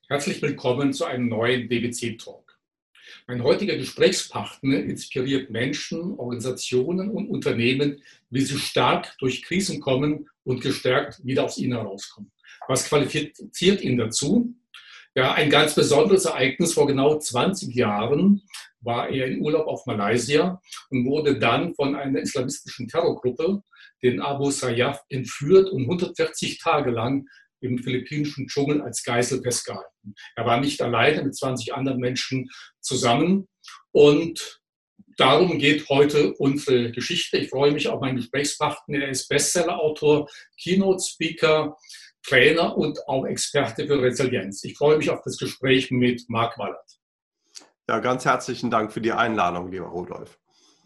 Herzlich willkommen zu einem neuen BBC-Talk. Mein heutiger Gesprächspartner inspiriert Menschen, Organisationen und Unternehmen, wie sie stark durch Krisen kommen und gestärkt wieder aus ihnen herauskommen. Was qualifiziert ihn dazu? Ja, ein ganz besonderes Ereignis. Vor genau 20 Jahren war er in Urlaub auf Malaysia und wurde dann von einer islamistischen Terrorgruppe, den Abu Sayyaf, entführt und 140 Tage lang im philippinischen Dschungel als Geisel festgehalten. Er war nicht alleine mit 20 anderen Menschen zusammen. Und darum geht heute unsere Geschichte. Ich freue mich auf meinen Gesprächspartner. Er ist Bestsellerautor, Keynote-Speaker, Trainer und auch Experte für Resilienz. Ich freue mich auf das Gespräch mit Marc Wallert. Ja, ganz herzlichen Dank für die Einladung, lieber Rudolf.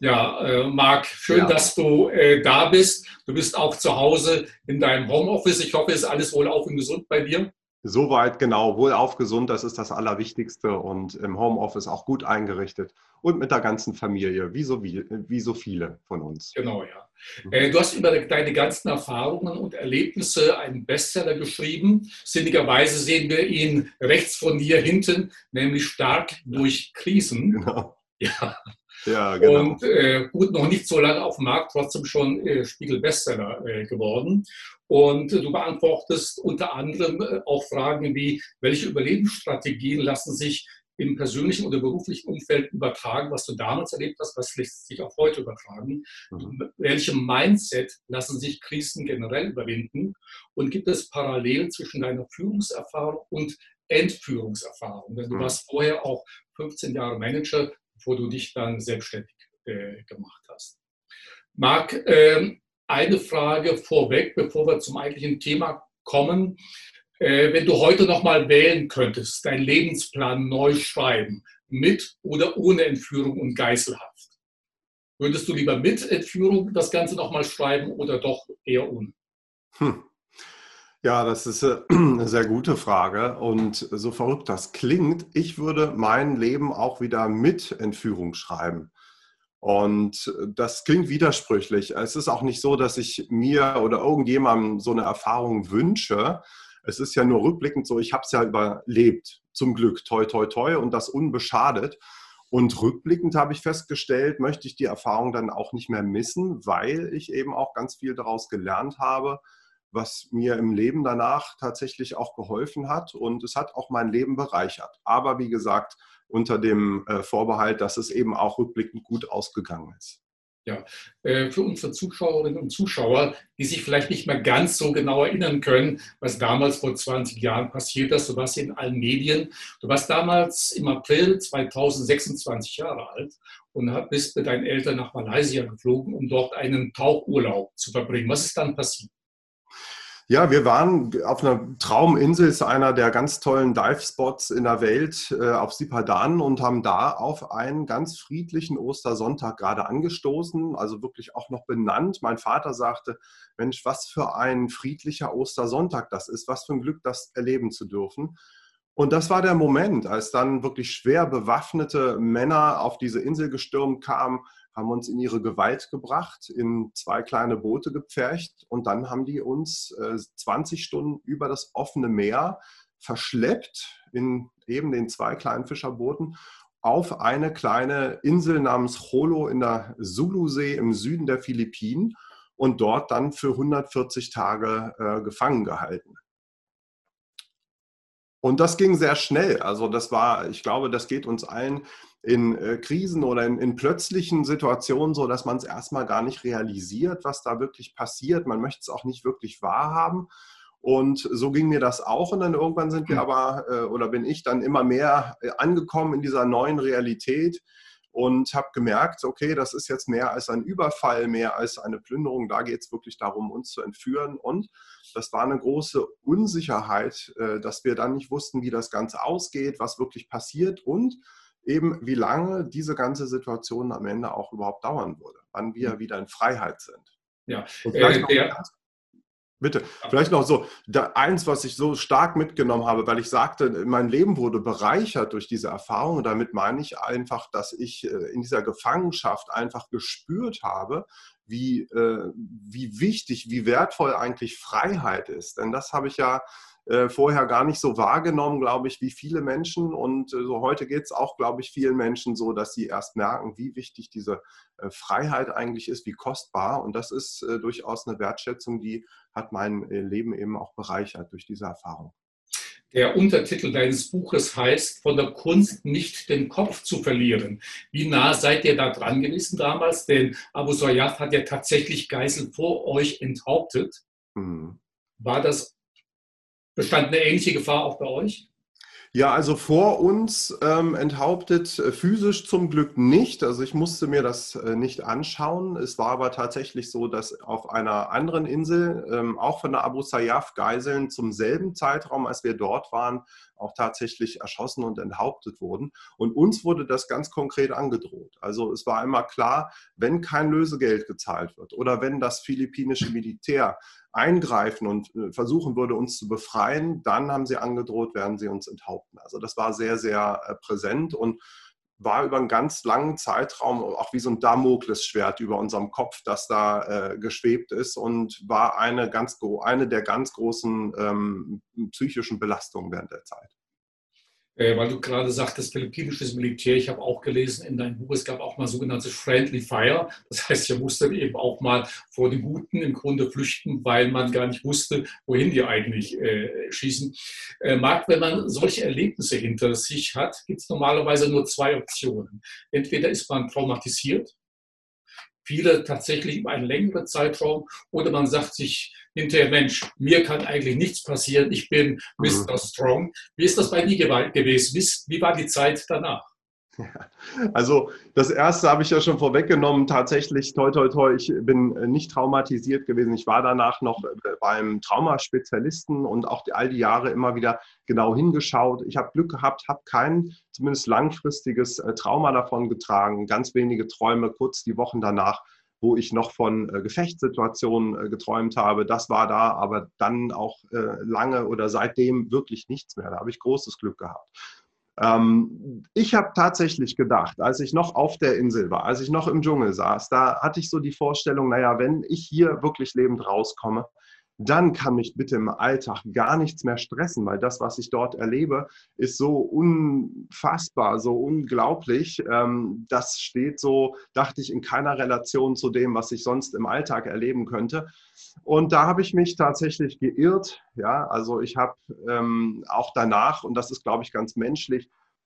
Ja, Marc, schön, dass du da bist. Du bist auch zu Hause in deinem Homeoffice. Ich hoffe, es ist alles wohlauf und gesund bei dir. Soweit, genau. Wohlauf gesund, das ist das Allerwichtigste und im Homeoffice auch gut eingerichtet und mit der ganzen Familie, wie so viele von uns. Genau, ja. Du hast über deine ganzen Erfahrungen und Erlebnisse einen Bestseller geschrieben. Sinnigerweise sehen wir ihn rechts von dir hinten, nämlich Stark durch Krisen. Genau. Ja. Ja, genau. Und gut, noch nicht so lange auf dem Markt, trotzdem schon Spiegel-Bestseller geworden. Und du beantwortest unter anderem auch Fragen wie, welche Überlebensstrategien lassen sich im persönlichen oder beruflichen Umfeld übertragen, was du damals erlebt hast, was lässt sich auch heute übertragen? Welche Mindset lassen sich Krisen generell überwinden? Und gibt es Parallelen zwischen deiner Führungserfahrung und Entführungserfahrung? Denn du warst vorher auch 15 Jahre Manager, bevor du dich dann selbstständig gemacht hast. Marc, eine Frage vorweg, bevor wir zum eigentlichen Thema kommen. Wenn du heute noch mal wählen könntest, deinen Lebensplan neu schreiben, mit oder ohne Entführung und Geiselhaft, würdest du lieber mit Entführung das Ganze noch mal schreiben oder doch eher ohne? Ja, das ist eine sehr gute Frage und so verrückt das klingt, ich würde mein Leben auch wieder mit Entführung schreiben. Und das klingt widersprüchlich. Es ist auch nicht so, dass ich mir oder irgendjemandem so eine Erfahrung wünsche. Es ist ja nur rückblickend so, ich habe es ja überlebt, zum Glück, toi, toi, toi, und das unbeschadet. Und rückblickend habe ich festgestellt, möchte ich die Erfahrung dann auch nicht mehr missen, weil ich eben auch ganz viel daraus gelernt habe, was mir im Leben danach tatsächlich auch geholfen hat. Und es hat auch mein Leben bereichert. Aber wie gesagt, unter dem Vorbehalt, dass es eben auch rückblickend gut ausgegangen ist. Ja, für unsere Zuschauerinnen und Zuschauer, die sich vielleicht nicht mehr ganz so genau erinnern können, was damals vor 20 Jahren passiert ist. Du warst in allen Medien. Du warst damals im April 2026 Jahre alt und bist mit deinen Eltern nach Malaysia geflogen, um dort einen Tauchurlaub zu verbringen. Was ist dann passiert? Ja, wir waren auf einer Trauminsel, ist einer der ganz tollen Dive-Spots in der Welt, auf Sipadan und haben da auf einen ganz friedlichen Ostersonntag gerade angestoßen, also wirklich auch noch benannt. Mein Vater sagte, Mensch, was für ein friedlicher Ostersonntag das ist, was für ein Glück, das erleben zu dürfen. Und das war der Moment, als dann wirklich schwer bewaffnete Männer auf diese Insel gestürmt kamen, haben uns in ihre Gewalt gebracht, in 2 kleine Boote gepfercht und dann haben die uns 20 Stunden über das offene Meer verschleppt in eben den 2 kleinen Fischerbooten auf eine kleine Insel namens Jolo in der Sulusee im Süden der Philippinen und dort dann für 140 Tage gefangen gehalten. Und das ging sehr schnell. Also das war, ich glaube, das geht uns allen in Krisen oder in plötzlichen Situationen so, dass man es erstmal gar nicht realisiert, was da wirklich passiert. Man möchte es auch nicht wirklich wahrhaben. Und so ging mir das auch. Und dann irgendwann sind wir aber, oder bin ich dann immer mehr angekommen in dieser neuen Realität und habe gemerkt, okay, das ist jetzt mehr als ein Überfall, mehr als eine Plünderung. Da geht es wirklich darum, uns zu entführen. Und das war eine große Unsicherheit, dass wir dann nicht wussten, wie das Ganze ausgeht, was wirklich passiert und eben wie lange diese ganze Situation am Ende auch überhaupt dauern würde, wann wir wieder in Freiheit sind. Ja, und vielleicht Bitte, vielleicht noch so, eins, was ich so stark mitgenommen habe, weil ich sagte, mein Leben wurde bereichert durch diese Erfahrung. Und damit meine ich einfach, dass ich in dieser Gefangenschaft einfach gespürt habe, wie wichtig, wie wertvoll eigentlich Freiheit ist. Denn das habe ich ja vorher gar nicht so wahrgenommen, glaube ich, wie viele Menschen. Und so heute geht es auch, glaube ich, vielen Menschen so, dass sie erst merken, wie wichtig diese Freiheit eigentlich ist, wie kostbar. Und das ist durchaus eine Wertschätzung, die hat mein Leben eben auch bereichert durch diese Erfahrung. Der Untertitel deines Buches heißt, von der Kunst nicht den Kopf zu verlieren. Wie nah seid ihr da dran gewesen damals? Denn Abu Sayyaf hat ja tatsächlich Geiseln vor euch enthauptet. Mhm. Bestand eine ähnliche Gefahr auch bei euch? Ja, also vor uns enthauptet physisch zum Glück nicht. Also ich musste mir das nicht anschauen. Es war aber tatsächlich so, dass auf einer anderen Insel auch von der Abu Sayyaf Geiseln zum selben Zeitraum, als wir dort waren, auch tatsächlich erschossen und enthauptet wurden. Und uns wurde das ganz konkret angedroht. Also es war immer klar, wenn kein Lösegeld gezahlt wird oder wenn das philippinische Militär eingreifen und versuchen würde, uns zu befreien, dann haben sie angedroht, werden sie uns enthaupten. Also das war sehr, sehr präsent und war über einen ganz langen Zeitraum auch wie so ein Damoklesschwert über unserem Kopf, das da geschwebt ist und war eine der ganz großen psychischen Belastungen während der Zeit. Weil du gerade sagtest, philippinisches Militär. Ich habe auch gelesen in deinem Buch, es gab auch mal sogenanntes Friendly Fire. Das heißt, ihr musstet eben auch mal vor den Guten im Grunde flüchten, weil man gar nicht wusste, wohin die eigentlich schießen. Marc, wenn man solche Erlebnisse hinter sich hat, gibt es normalerweise nur zwei Optionen. Entweder ist man traumatisiert, viele tatsächlich über einen längeren Zeitraum, oder man sagt sich hinterher, Mensch, mir kann eigentlich nichts passieren, ich bin Mr. Strong. Wie ist das bei dir gewesen? Wie war die Zeit danach? Also das erste habe ich ja schon vorweggenommen, tatsächlich toi toi toi, ich bin nicht traumatisiert gewesen. Ich war danach noch beim Traumaspezialisten und auch all die Jahre immer wieder genau hingeschaut. Ich habe Glück gehabt, habe kein zumindest langfristiges Trauma davon getragen, ganz wenige Träume, kurz die Wochen danach, wo ich noch von Gefechtssituationen geträumt habe. Das war da, aber dann auch lange oder seitdem wirklich nichts mehr. Da habe ich großes Glück gehabt. Ich habe tatsächlich gedacht, als ich noch auf der Insel war, als ich noch im Dschungel saß, da hatte ich so die Vorstellung, naja, wenn ich hier wirklich lebend rauskomme, dann kann mich bitte im Alltag gar nichts mehr stressen, weil das, was ich dort erlebe, ist so unfassbar, so unglaublich. Das steht so, dachte ich, in keiner Relation zu dem, was ich sonst im Alltag erleben könnte. Und da habe ich mich tatsächlich geirrt. Ja, also ich habe auch danach, und das ist, glaube ich, ganz menschlich,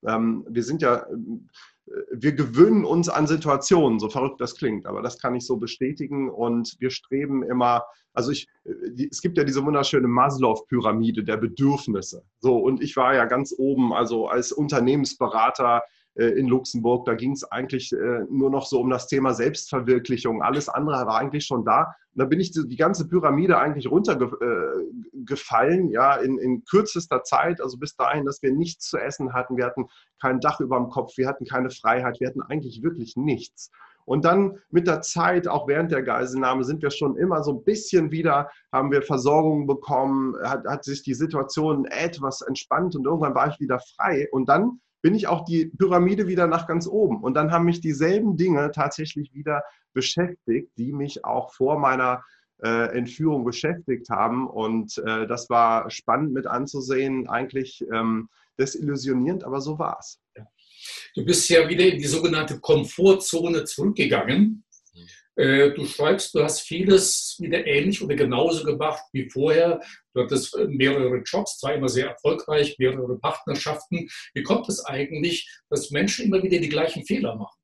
wir gewöhnen uns an Situationen, so verrückt das klingt, aber das kann ich so bestätigen und wir streben immer, es gibt ja diese wunderschöne Maslow-Pyramide der Bedürfnisse. So, und ich war ja ganz oben, also als Unternehmensberater in Luxemburg, da ging es eigentlich nur noch so um das Thema Selbstverwirklichung. Alles andere war eigentlich schon da. Und da bin ich die ganze Pyramide eigentlich runtergefallen, ja, in kürzester Zeit, also bis dahin, dass wir nichts zu essen hatten. Wir hatten kein Dach über dem Kopf, wir hatten keine Freiheit, wir hatten eigentlich wirklich nichts. Und dann mit der Zeit, auch während der Geiselnahme, sind wir schon immer so ein bisschen wieder, haben wir Versorgung bekommen, hat sich die Situation etwas entspannt und irgendwann war ich wieder frei. Und dann bin ich auch die Pyramide wieder nach ganz oben. Und dann haben mich dieselben Dinge tatsächlich wieder beschäftigt, die mich auch vor meiner Entführung beschäftigt haben. Und das war spannend mit anzusehen, eigentlich desillusionierend, aber so war es. Du bist ja wieder in die sogenannte Komfortzone zurückgegangen. Du schreibst, du hast vieles wieder ähnlich oder genauso gemacht wie vorher. Du hattest mehrere Jobs, zwar immer sehr erfolgreich, mehrere Partnerschaften. Wie kommt es eigentlich, dass Menschen immer wieder die gleichen Fehler machen?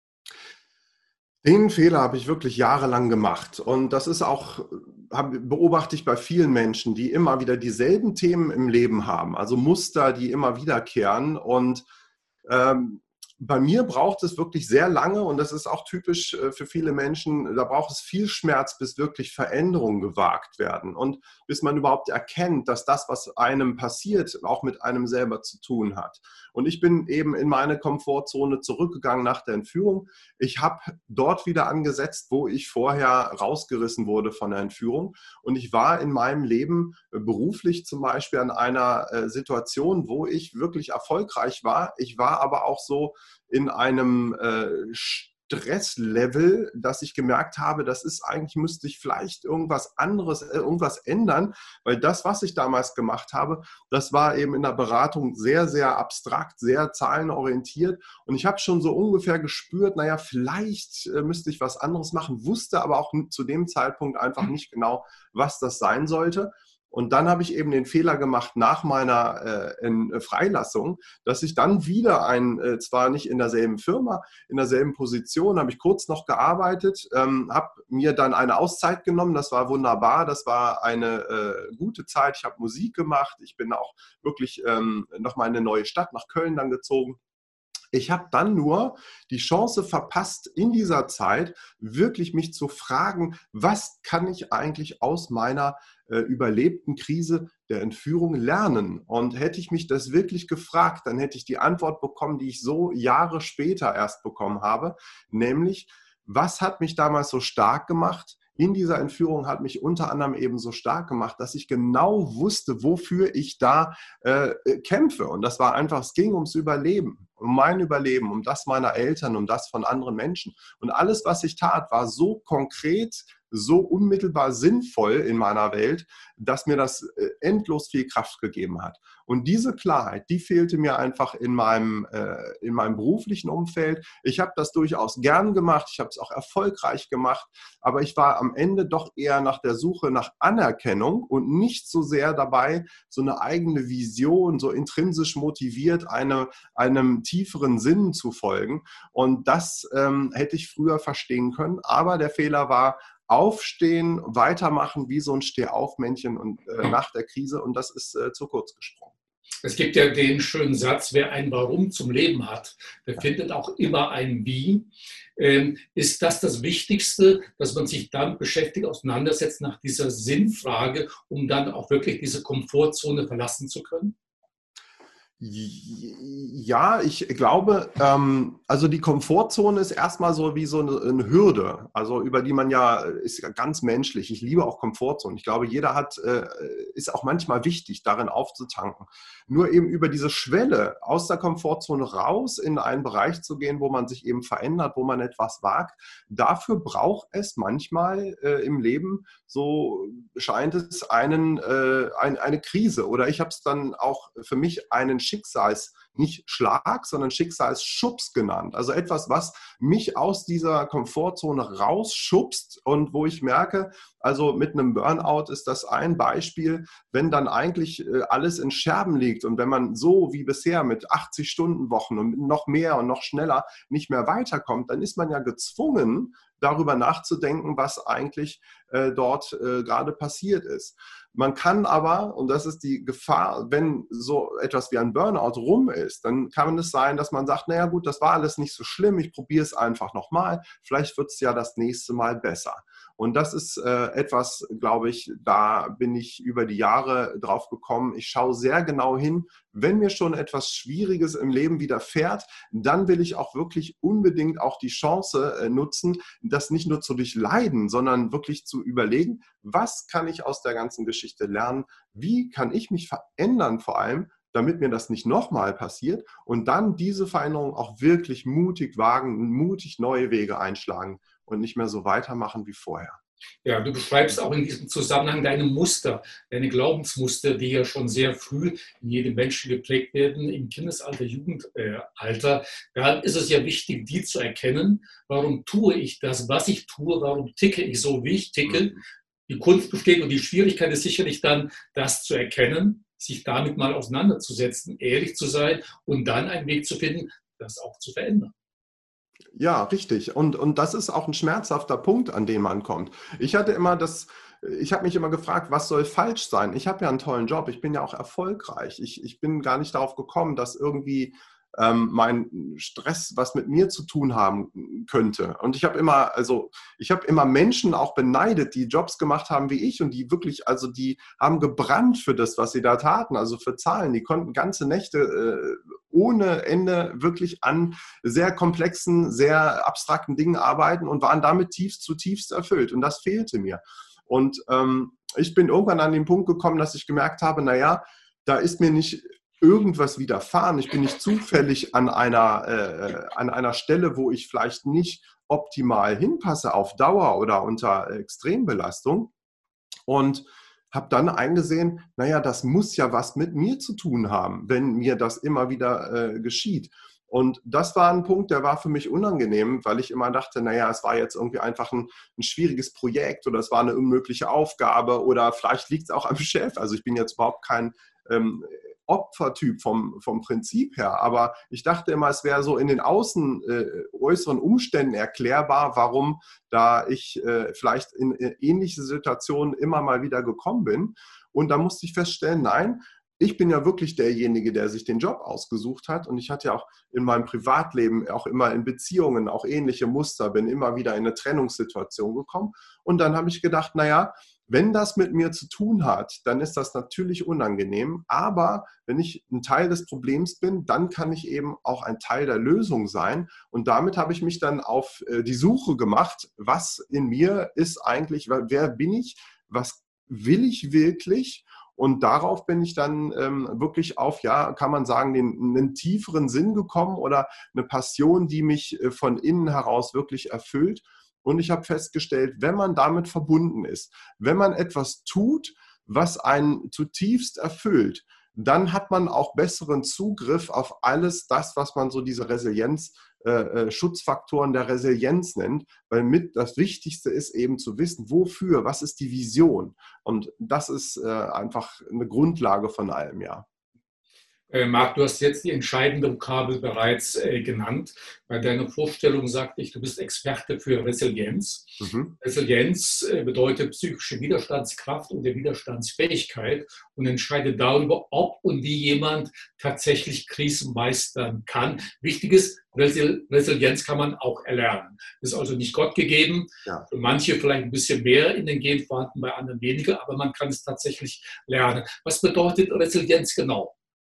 Den Fehler habe ich wirklich jahrelang gemacht. Und das ist auch, beobachte ich bei vielen Menschen, die immer wieder dieselben Themen im Leben haben, also Muster, die immer wiederkehren. Und bei mir braucht es wirklich sehr lange und das ist auch typisch für viele Menschen, da braucht es viel Schmerz, bis wirklich Veränderungen gewagt werden und bis man überhaupt erkennt, dass das, was einem passiert, auch mit einem selber zu tun hat. Und ich bin eben in meine Komfortzone zurückgegangen nach der Entführung. Ich habe dort wieder angesetzt, wo ich vorher rausgerissen wurde von der Entführung. Und ich war in meinem Leben beruflich zum Beispiel an einer Situation, wo ich wirklich erfolgreich war. Ich war aber auch so in einem Stresslevel, dass ich gemerkt habe, müsste ich vielleicht irgendwas anderes, irgendwas ändern, weil das, was ich damals gemacht habe, das war eben in der Beratung sehr, sehr abstrakt, sehr zahlenorientiert und ich habe schon so ungefähr gespürt, naja, vielleicht müsste ich was anderes machen, wusste aber auch zu dem Zeitpunkt einfach nicht genau, was das sein sollte. Und dann habe ich eben den Fehler gemacht nach meiner Freilassung, dass ich dann wieder zwar nicht in derselben Firma, in derselben Position, habe ich kurz noch gearbeitet, habe mir dann eine Auszeit genommen, das war wunderbar, das war eine gute Zeit, ich habe Musik gemacht, ich bin auch wirklich nochmal in eine neue Stadt, nach Köln dann gezogen. Ich habe dann nur die Chance verpasst, in dieser Zeit wirklich mich zu fragen, was kann ich eigentlich aus meiner überlebten Krise der Entführung lernen? Und hätte ich mich das wirklich gefragt, dann hätte ich die Antwort bekommen, die ich so Jahre später erst bekommen habe, nämlich, was hat mich damals so stark gemacht? In dieser Entführung hat mich unter anderem eben so stark gemacht, dass ich genau wusste, wofür ich da kämpfe. Und das war einfach, es ging ums Überleben, um mein Überleben, um das meiner Eltern, um das von anderen Menschen. Und alles, was ich tat, war so konkret, so unmittelbar sinnvoll in meiner Welt, dass mir das endlos viel Kraft gegeben hat. Und diese Klarheit, die fehlte mir einfach in meinem beruflichen Umfeld. Ich habe das durchaus gern gemacht, ich habe es auch erfolgreich gemacht, aber ich war am Ende doch eher nach der Suche nach Anerkennung und nicht so sehr dabei, so eine eigene Vision, so intrinsisch motiviert, einem tieferen Sinn zu folgen. Und das hätte ich früher verstehen können, aber der Fehler war, aufstehen, weitermachen wie so ein Stehaufmännchen und nach der Krise und das ist zu kurz gesprungen. Es gibt ja den schönen Satz, wer ein Warum zum Leben hat, der findet auch immer ein Wie. Ist das Wichtigste, dass man sich dann beschäftigt, auseinandersetzt nach dieser Sinnfrage, um dann auch wirklich diese Komfortzone verlassen zu können? Ja, ich glaube, also die Komfortzone ist erstmal so wie so eine Hürde, also über die man ja, ist ja ganz menschlich. Ich liebe auch Komfortzonen. Ich glaube, jeder ist auch manchmal wichtig, darin aufzutanken. Nur eben über diese Schwelle aus der Komfortzone raus in einen Bereich zu gehen, wo man sich eben verändert, wo man etwas wagt, dafür braucht es manchmal im Leben, so scheint es, eine Krise. Oder ich habe es dann auch für mich einen nicht Schlag, sondern Schicksalsschubs genannt. Also etwas, was mich aus dieser Komfortzone rausschubst und wo ich merke, also mit einem Burnout ist das ein Beispiel, wenn dann eigentlich alles in Scherben liegt und wenn man so wie bisher mit 80-Stunden-Wochen und noch mehr und noch schneller nicht mehr weiterkommt, dann ist man ja gezwungen, darüber nachzudenken, was eigentlich dort gerade passiert ist. Man kann aber, und das ist die Gefahr, wenn so etwas wie ein Burnout rum ist, dann kann es sein, dass man sagt, naja gut, das war alles nicht so schlimm, ich probiere es einfach nochmal, vielleicht wird es ja das nächste Mal besser. Und das ist etwas, glaube ich, da bin ich über die Jahre drauf gekommen. Ich schaue sehr genau hin, wenn mir schon etwas Schwieriges im Leben widerfährt, dann will ich auch wirklich unbedingt auch die Chance nutzen, das nicht nur zu durchleiden, sondern wirklich zu überlegen, was kann ich aus der ganzen Geschichte lernen, wie kann ich mich verändern vor allem, damit mir das nicht nochmal passiert und dann diese Veränderung auch wirklich mutig wagen, mutig neue Wege einschlagen und nicht mehr so weitermachen wie vorher. Ja, du beschreibst auch in diesem Zusammenhang deine Muster, deine Glaubensmuster, die ja schon sehr früh in jedem Menschen geprägt werden, im Kindesalter, Jugendalter. Da ist es ja wichtig, die zu erkennen. Warum tue ich das, was ich tue? Warum ticke ich so, wie ich ticke? Die Kunst besteht und die Schwierigkeit ist sicherlich dann, das zu erkennen, sich damit mal auseinanderzusetzen, ehrlich zu sein und dann einen Weg zu finden, das auch zu verändern. Ja, richtig. Und das ist auch ein schmerzhafter Punkt, an den man kommt. Ich habe mich immer gefragt, was soll falsch sein? Ich habe ja einen tollen Job, ich bin ja auch erfolgreich. Ich bin gar nicht darauf gekommen, dass irgendwie mein Stress was mit mir zu tun haben könnte. Und ich habe immer Menschen auch beneidet, die Jobs gemacht haben wie ich und die wirklich, also die haben gebrannt für das, was sie da taten, also für Zahlen. Die konnten ganze Nächte ohne Ende wirklich an sehr komplexen, sehr abstrakten Dingen arbeiten und waren damit zutiefst erfüllt. Und das fehlte mir. Und ich bin irgendwann an den Punkt gekommen, dass ich gemerkt habe, naja, da ist mir nicht irgendwas widerfahren. Ich bin nicht zufällig an einer Stelle, wo ich vielleicht nicht optimal hinpasse auf Dauer oder unter Extrembelastung. Und habe dann eingesehen, naja, das muss ja was mit mir zu tun haben, wenn mir das immer wieder geschieht. Und das war ein Punkt, der war für mich unangenehm, weil ich immer dachte, naja, es war jetzt irgendwie einfach ein schwieriges Projekt oder es war eine unmögliche Aufgabe oder vielleicht liegt es auch am Chef. Also ich bin jetzt überhaupt kein Opfertyp vom Prinzip her, aber ich dachte immer, es wäre so in den äußeren Umständen erklärbar, warum da ich vielleicht in ähnliche Situationen immer mal wieder gekommen bin. Und da musste ich feststellen, nein, ich bin ja wirklich derjenige, der sich den Job ausgesucht hat, und ich hatte ja auch in meinem Privatleben auch immer in Beziehungen auch ähnliche Muster, bin immer wieder in eine Trennungssituation gekommen, und dann habe ich gedacht, naja, wenn das mit mir zu tun hat, dann ist das natürlich unangenehm, aber wenn ich ein Teil des Problems bin, dann kann ich eben auch ein Teil der Lösung sein, und damit habe ich mich dann auf die Suche gemacht, was in mir ist eigentlich, wer bin ich, was will ich wirklich? Und darauf bin ich dann wirklich auf, ja, kann man sagen, einen tieferen Sinn gekommen oder eine Passion, die mich von innen heraus wirklich erfüllt. Und ich habe festgestellt, wenn man damit verbunden ist, wenn man etwas tut, was einen zutiefst erfüllt, dann hat man auch besseren Zugriff auf alles das, was man so diese Resilienz, Schutzfaktoren der Resilienz nennt, weil mit das Wichtigste ist eben zu wissen, wofür, was ist die Vision. Und das ist einfach eine Grundlage von allem, ja. Marc, du hast jetzt die entscheidende Vokabel bereits genannt. Bei deiner Vorstellung sagte ich, du bist Experte für Resilienz. Mhm. Resilienz bedeutet psychische Widerstandskraft und der Widerstandsfähigkeit und entscheidet darüber, ob und wie jemand tatsächlich Krisen meistern kann. Wichtig ist, Resilienz kann man auch erlernen. Ist also nicht Gott gegeben. Ja. Für manche vielleicht ein bisschen mehr in den Genen vorhanden, bei anderen weniger, aber man kann es tatsächlich lernen. Was bedeutet Resilienz genau?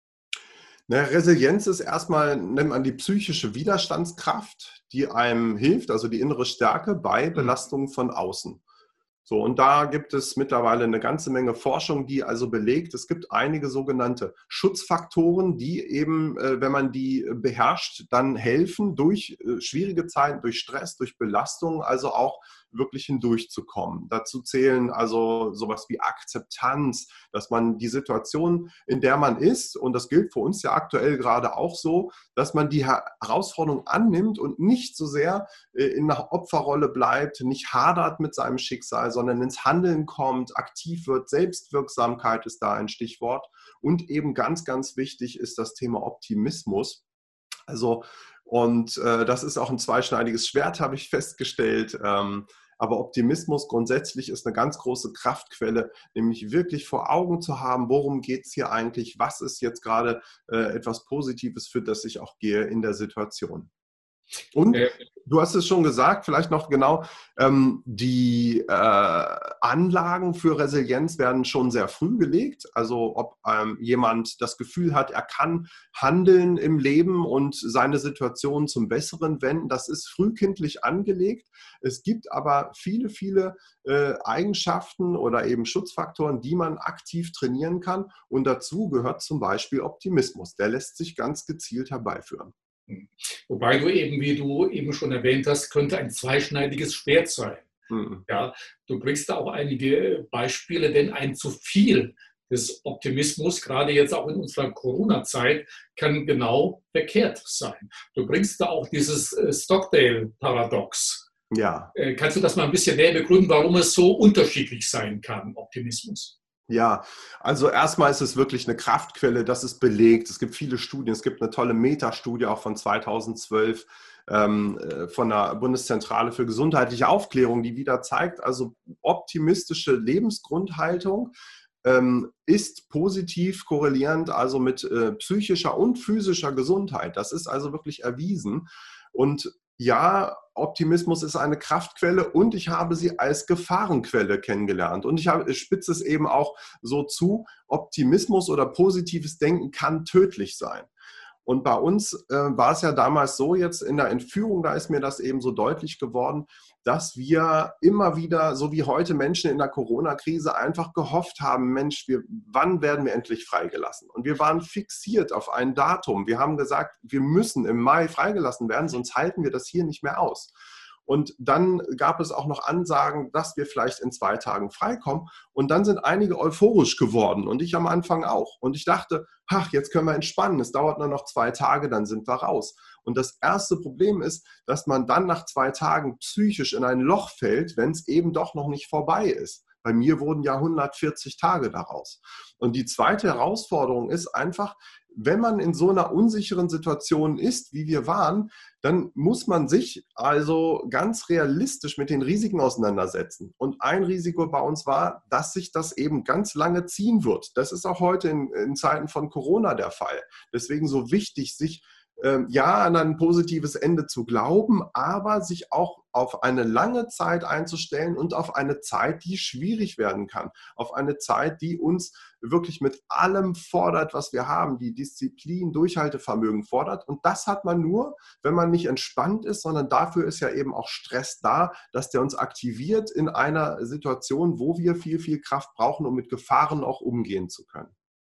Na, Resilienz ist erstmal, nennt man die psychische Widerstandskraft, die einem hilft, also die innere Stärke bei Belastungen von außen. So, und da gibt es mittlerweile eine ganze Menge Forschung, die also belegt, es gibt einige sogenannte Schutzfaktoren, die eben, wenn man die beherrscht, dann helfen, durch schwierige Zeiten, durch Stress, durch Belastung, also auch wirklich hindurchzukommen. Dazu zählen also sowas wie Akzeptanz, dass man die Situation, in der man ist, und das gilt für uns ja aktuell gerade auch so, dass man die Herausforderung annimmt und nicht so sehr in einer Opferrolle bleibt, nicht hadert mit seinem Schicksal, sondern ins Handeln kommt, aktiv wird. Selbstwirksamkeit ist da ein Stichwort. Und eben ganz, ganz wichtig ist das Thema Optimismus. Also, und das ist auch ein zweischneidiges Schwert, habe ich festgestellt. Aber Optimismus grundsätzlich ist eine ganz große Kraftquelle, nämlich wirklich vor Augen zu haben, worum geht es hier eigentlich, was ist jetzt gerade etwas Positives, für das ich auch gehe in der Situation. Und du hast es schon gesagt, vielleicht noch genau, die Anlagen für Resilienz werden schon sehr früh gelegt. Also ob jemand das Gefühl hat, er kann handeln im Leben und seine Situation zum Besseren wenden, das ist frühkindlich angelegt. Es gibt aber viele, viele Eigenschaften oder eben Schutzfaktoren, die man aktiv trainieren kann. Und dazu gehört zum Beispiel Optimismus. Der lässt sich ganz gezielt herbeiführen. Wobei du eben, wie du eben schon erwähnt hast, könnte ein zweischneidiges Schwert sein. Mhm. Ja, du bringst da auch einige Beispiele, denn ein zu viel des Optimismus, gerade jetzt auch in unserer Corona-Zeit, kann genau verkehrt sein. Du bringst da auch dieses Stockdale-Paradox. Ja. Kannst du das mal ein bisschen näher begründen, warum es so unterschiedlich sein kann, Optimismus? Ja, also erstmal ist es wirklich eine Kraftquelle, das ist belegt. Es gibt viele Studien, es gibt eine tolle Metastudie auch von 2012 von der Bundeszentrale für gesundheitliche Aufklärung, die wieder zeigt, also optimistische Lebensgrundhaltung ist positiv korrelierend, also mit psychischer und physischer Gesundheit. Das ist also wirklich erwiesen. Und ja, Optimismus ist eine Kraftquelle und ich habe sie als Gefahrenquelle kennengelernt. Und ich spitze es eben auch so zu, Optimismus oder positives Denken kann tödlich sein. Und bei uns war es ja damals so, jetzt in der Entführung, da ist mir das eben so deutlich geworden, dass wir immer wieder, so wie heute Menschen in der Corona-Krise, einfach gehofft haben, Mensch, wann werden wir endlich freigelassen? Und wir waren fixiert auf ein Datum. Wir haben gesagt, wir müssen im Mai freigelassen werden, sonst halten wir das hier nicht mehr aus. Und dann gab es auch noch Ansagen, dass wir vielleicht in 2 Tagen freikommen. Und dann sind einige euphorisch geworden und ich am Anfang auch. Und ich dachte, ach, jetzt können wir entspannen. Es dauert nur noch 2 Tage, dann sind wir raus. Und das erste Problem ist, dass man dann nach 2 Tagen psychisch in ein Loch fällt, wenn es eben doch noch nicht vorbei ist. Bei mir wurden ja 140 Tage daraus. Und die zweite Herausforderung ist einfach, wenn man in so einer unsicheren Situation ist, wie wir waren, dann muss man sich also ganz realistisch mit den Risiken auseinandersetzen. Und ein Risiko bei uns war, dass sich das eben ganz lange ziehen wird. Das ist auch heute in Zeiten von Corona der Fall. Deswegen so wichtig, sich ja an ein positives Ende zu glauben, aber sich auch auf eine lange Zeit einzustellen und auf eine Zeit, die schwierig werden kann. Auf eine Zeit, die uns wirklich mit allem fordert, was wir haben, die Disziplin, Durchhaltevermögen fordert. Und das hat man nur, wenn man nicht entspannt ist, sondern dafür ist ja eben auch Stress da, dass der uns aktiviert in einer Situation, wo wir viel, viel Kraft brauchen, um mit Gefahren auch umgehen zu können.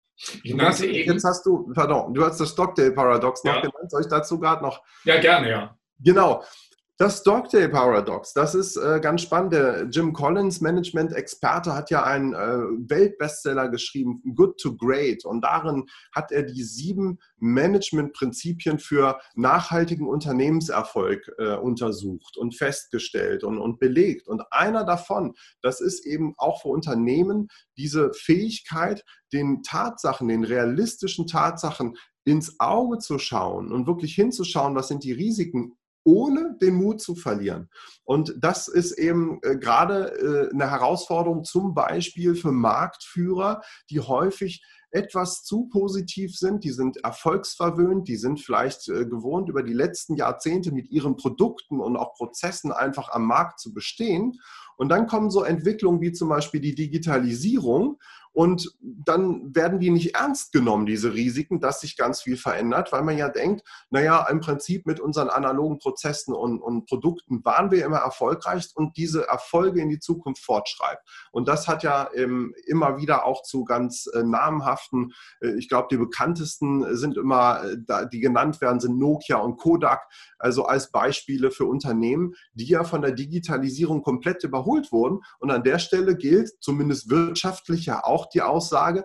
Jetzt hast du, pardon, du hast das Stockdale-Paradox noch genannt. Soll ich dazu gerade noch? Ja, gerne, ja. Genau. Das Stockdale-Paradox, das ist ganz spannend. Der Jim Collins, Management-Experte, hat ja einen Weltbestseller geschrieben, Good to Great. Und darin hat er die 7 Management-Prinzipien für nachhaltigen Unternehmenserfolg untersucht und festgestellt und belegt. Und einer davon, das ist eben auch für Unternehmen diese Fähigkeit, den Tatsachen, den realistischen Tatsachen ins Auge zu schauen und wirklich hinzuschauen, was sind die Risiken, ohne den Mut zu verlieren. Und das ist eben gerade eine Herausforderung zum Beispiel für Marktführer, die häufig etwas zu positiv sind, die sind erfolgsverwöhnt, die sind vielleicht gewohnt, über die letzten Jahrzehnte mit ihren Produkten und auch Prozessen einfach am Markt zu bestehen. Und dann kommen so Entwicklungen wie zum Beispiel die Digitalisierung und dann werden die nicht ernst genommen, diese Risiken, dass sich ganz viel verändert, weil man ja denkt, naja, im Prinzip mit unseren analogen Prozessen und Produkten waren wir immer erfolgreich und diese Erfolge in die Zukunft fortschreibt. Und das hat ja immer wieder auch zu ganz namhaften, ich glaube, die bekanntesten sind immer, die genannt werden, sind Nokia und Kodak, also als Beispiele für Unternehmen, die ja von der Digitalisierung komplett überholt wurden. Und an der Stelle gilt, zumindest wirtschaftlich ja auch die Aussage,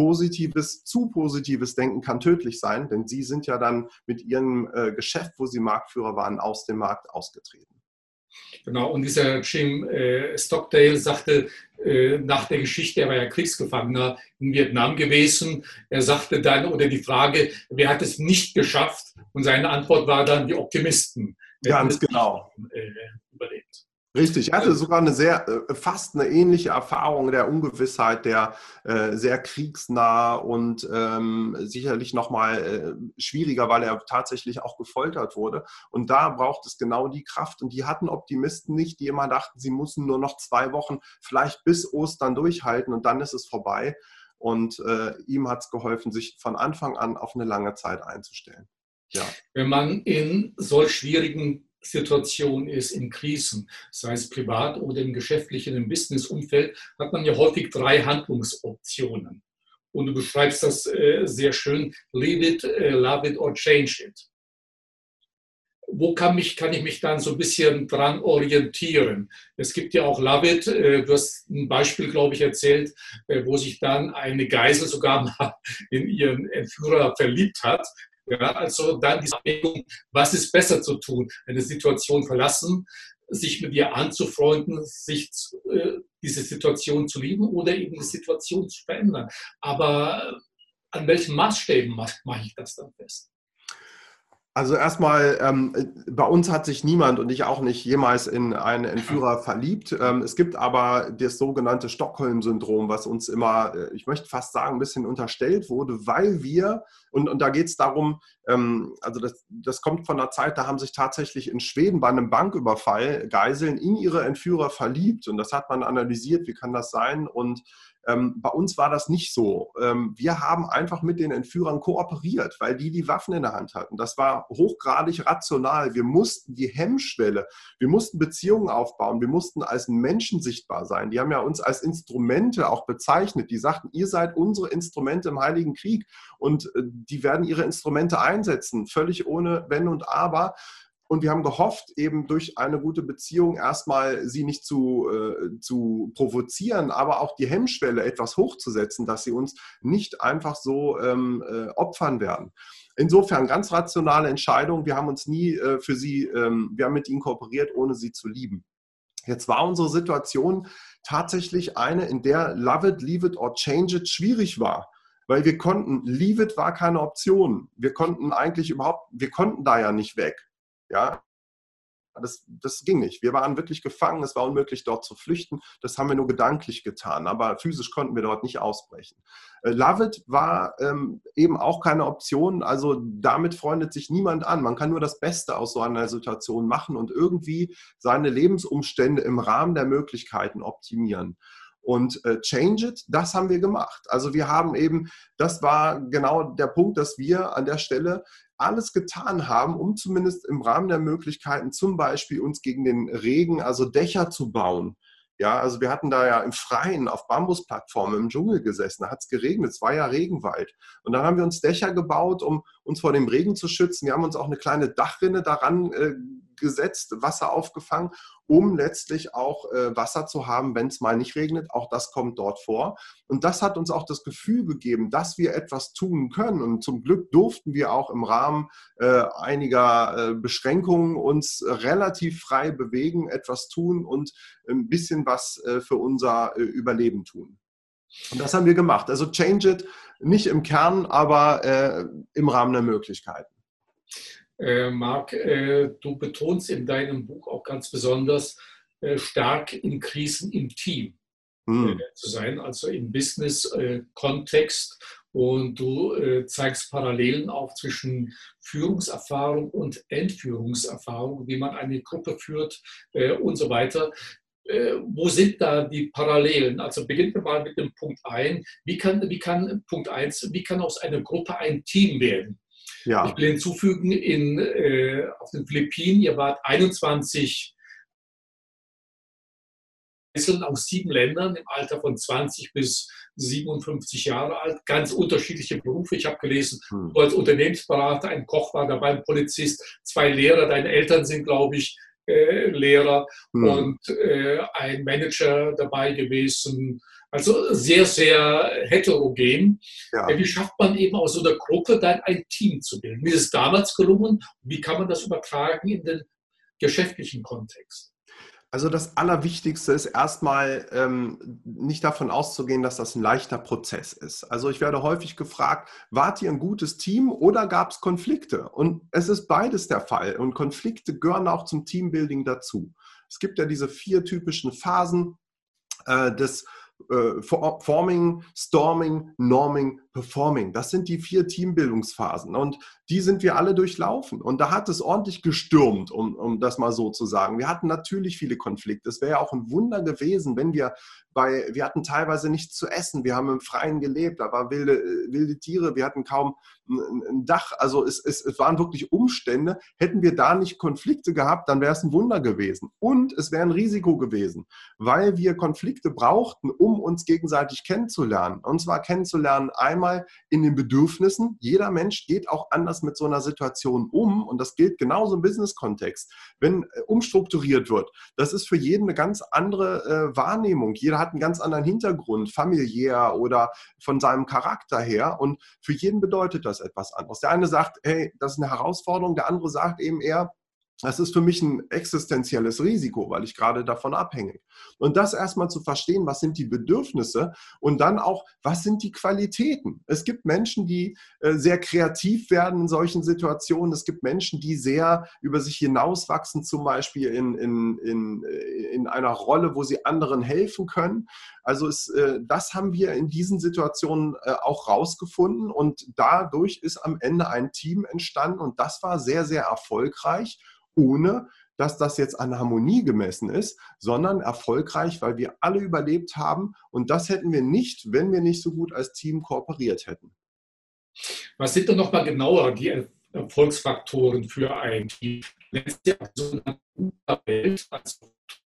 zu positives Denken kann tödlich sein, denn sie sind ja dann mit ihrem Geschäft, wo sie Marktführer waren, aus dem Markt ausgetreten. Genau, und dieser Jim Stockdale sagte nach der Geschichte, er war ja Kriegsgefangener in Vietnam gewesen, er sagte dann, oder die Frage, wer hat es nicht geschafft? Und seine Antwort war dann, die Optimisten. Ganz genau. Überlebt. Richtig, ich hatte sogar fast eine ähnliche Erfahrung der Ungewissheit, der sehr kriegsnah und sicherlich nochmal schwieriger, weil er tatsächlich auch gefoltert wurde. Und da braucht es genau die Kraft. Und die hatten Optimisten nicht, die immer dachten, sie müssen nur noch 2 Wochen, vielleicht bis Ostern durchhalten und dann ist es vorbei. Und ihm hat es geholfen, sich von Anfang an auf eine lange Zeit einzustellen. Ja. Wenn man in solch schwierigen Situation ist, in Krisen, sei es privat oder im geschäftlichen, im Business-Umfeld, hat man ja häufig 3 Handlungsoptionen. Und du beschreibst das sehr schön, leave it, love it or change it. Wo kann ich mich dann so ein bisschen dran orientieren? Es gibt ja auch Love It. Du hast ein Beispiel, glaube ich, erzählt, wo sich dann eine Geisel sogar mal in ihren Entführer verliebt hat. Ja, also dann die Abwägung, was ist besser zu tun? Eine Situation verlassen, sich mit ihr anzufreunden, diese Situation zu lieben oder eben die Situation zu verändern. Aber an welchen Maßstäben mache ich das dann fest? Also erstmal, bei uns hat sich niemand und ich auch nicht jemals in einen Entführer verliebt. Es gibt aber das sogenannte Stockholm-Syndrom, was uns immer, ich möchte fast sagen, ein bisschen unterstellt wurde, weil wir, und da geht es darum, also das kommt von einer Zeit, da haben sich tatsächlich in Schweden bei einem Banküberfall Geiseln in ihre Entführer verliebt und das hat man analysiert, wie kann das sein und bei uns war das nicht so. Wir haben einfach mit den Entführern kooperiert, weil die Waffen in der Hand hatten. Das war hochgradig rational. Wir mussten die Hemmschwelle, wir mussten Beziehungen aufbauen, wir mussten als Menschen sichtbar sein. Die haben ja uns als Instrumente auch bezeichnet. Die sagten, ihr seid unsere Instrumente im Heiligen Krieg und die werden ihre Instrumente einsetzen, völlig ohne Wenn und Aber. Und wir haben gehofft, eben durch eine gute Beziehung erstmal sie nicht zu provozieren, aber auch die Hemmschwelle etwas hochzusetzen, dass sie uns nicht einfach so opfern werden. Insofern ganz rationale Entscheidung. Wir haben uns nie wir haben mit ihnen kooperiert, ohne sie zu lieben. Jetzt war unsere Situation tatsächlich eine, in der Love it, leave it or change it schwierig war. Weil wir konnten, leave it war keine Option. Wir konnten da ja nicht weg. Ja, das ging nicht. Wir waren wirklich gefangen, es war unmöglich, dort zu flüchten. Das haben wir nur gedanklich getan, aber physisch konnten wir dort nicht ausbrechen. Love it war eben auch keine Option, also damit freundet sich niemand an. Man kann nur das Beste aus so einer Situation machen und irgendwie seine Lebensumstände im Rahmen der Möglichkeiten optimieren. Und Change It, das haben wir gemacht. Also wir haben eben, das war genau der Punkt, dass wir an der Stelle alles getan haben, um zumindest im Rahmen der Möglichkeiten zum Beispiel uns gegen den Regen, also Dächer zu bauen. Ja, also wir hatten da ja im Freien auf Bambusplattformen im Dschungel gesessen, da hat es geregnet, es war ja Regenwald. Und dann haben wir uns Dächer gebaut, um uns vor dem Regen zu schützen. Wir haben uns auch eine kleine Dachrinne daran gesetzt, Wasser aufgefangen, um letztlich auch Wasser zu haben, wenn es mal nicht regnet. Auch das kommt dort vor. Und das hat uns auch das Gefühl gegeben, dass wir etwas tun können. Und zum Glück durften wir auch im Rahmen einiger Beschränkungen uns relativ frei bewegen, etwas tun und ein bisschen was für unser Überleben tun. Und das haben wir gemacht. Also Change It, nicht im Kern, aber im Rahmen der Möglichkeiten. Marc, du betonst in deinem Buch auch ganz besonders, stark in Krisen im Team zu sein, also im Business-Kontext. Und du zeigst Parallelen auch zwischen Führungserfahrung und Entführungserfahrung, wie man eine Gruppe führt und so weiter. Wo sind da die Parallelen? Also beginnen wir mal mit dem Punkt 1. Punkt 1, wie kann aus einer Gruppe ein Team werden? Ja. Ich will hinzufügen, auf den Philippinen, ihr wart 21 Einzelnen aus 7 Ländern im Alter von 20 bis 57 Jahre alt, ganz unterschiedliche Berufe. Ich habe gelesen, du als Unternehmensberater, ein Koch war dabei, ein Polizist, 2 Lehrer, deine Eltern sind, glaube ich, Lehrer und ein Manager dabei gewesen. Also sehr, sehr heterogen. Ja. Wie schafft man eben aus so einer Gruppe dann ein Team zu bilden? Wie ist es damals gelungen? Wie kann man das übertragen in den geschäftlichen Kontext? Also das Allerwichtigste ist erstmal nicht davon auszugehen, dass das ein leichter Prozess ist. Also ich werde häufig gefragt, wart ihr ein gutes Team oder gab es Konflikte? Und es ist beides der Fall. Und Konflikte gehören auch zum Teambuilding dazu. Es gibt ja diese 4 typischen Phasen des Forming, Storming, Norming, Performing. Das sind die 4 Teambildungsphasen und die sind wir alle durchlaufen. Und da hat es ordentlich gestürmt, um das mal so zu sagen. Wir hatten natürlich viele Konflikte. Es wäre ja auch ein Wunder gewesen, wenn wir hatten teilweise nichts zu essen. Wir haben im Freien gelebt, da waren wilde Tiere, wir hatten kaum ein Dach. Also es waren wirklich Umstände. Hätten wir da nicht Konflikte gehabt, dann wäre es ein Wunder gewesen. Und es wäre ein Risiko gewesen, weil wir Konflikte brauchten, um uns gegenseitig kennenzulernen. Und zwar kennenzulernen einmal in den Bedürfnissen. Jeder Mensch geht auch anders mit so einer Situation um und das gilt genauso im Business-Kontext. Wenn umstrukturiert wird, das ist für jeden eine ganz andere Wahrnehmung. Jeder hat einen ganz anderen Hintergrund, familiär oder von seinem Charakter her und für jeden bedeutet das etwas anderes. Der eine sagt, hey, das ist eine Herausforderung, der andere sagt eben eher, das ist für mich ein existenzielles Risiko, weil ich gerade davon abhänge. Und das erstmal zu verstehen, was sind die Bedürfnisse und dann auch, was sind die Qualitäten. Es gibt Menschen, die sehr kreativ werden in solchen Situationen. Es gibt Menschen, die sehr über sich hinauswachsen, zum Beispiel in einer Rolle, wo sie anderen helfen können. Also das haben wir in diesen Situationen auch rausgefunden und dadurch ist am Ende ein Team entstanden und das war sehr, sehr erfolgreich, ohne dass das jetzt an Harmonie gemessen ist, sondern erfolgreich, weil wir alle überlebt haben und das hätten wir nicht, wenn wir nicht so gut als Team kooperiert hätten. Was sind denn nochmal genauer die Erfolgsfaktoren für ein Team? Letzte Welt, also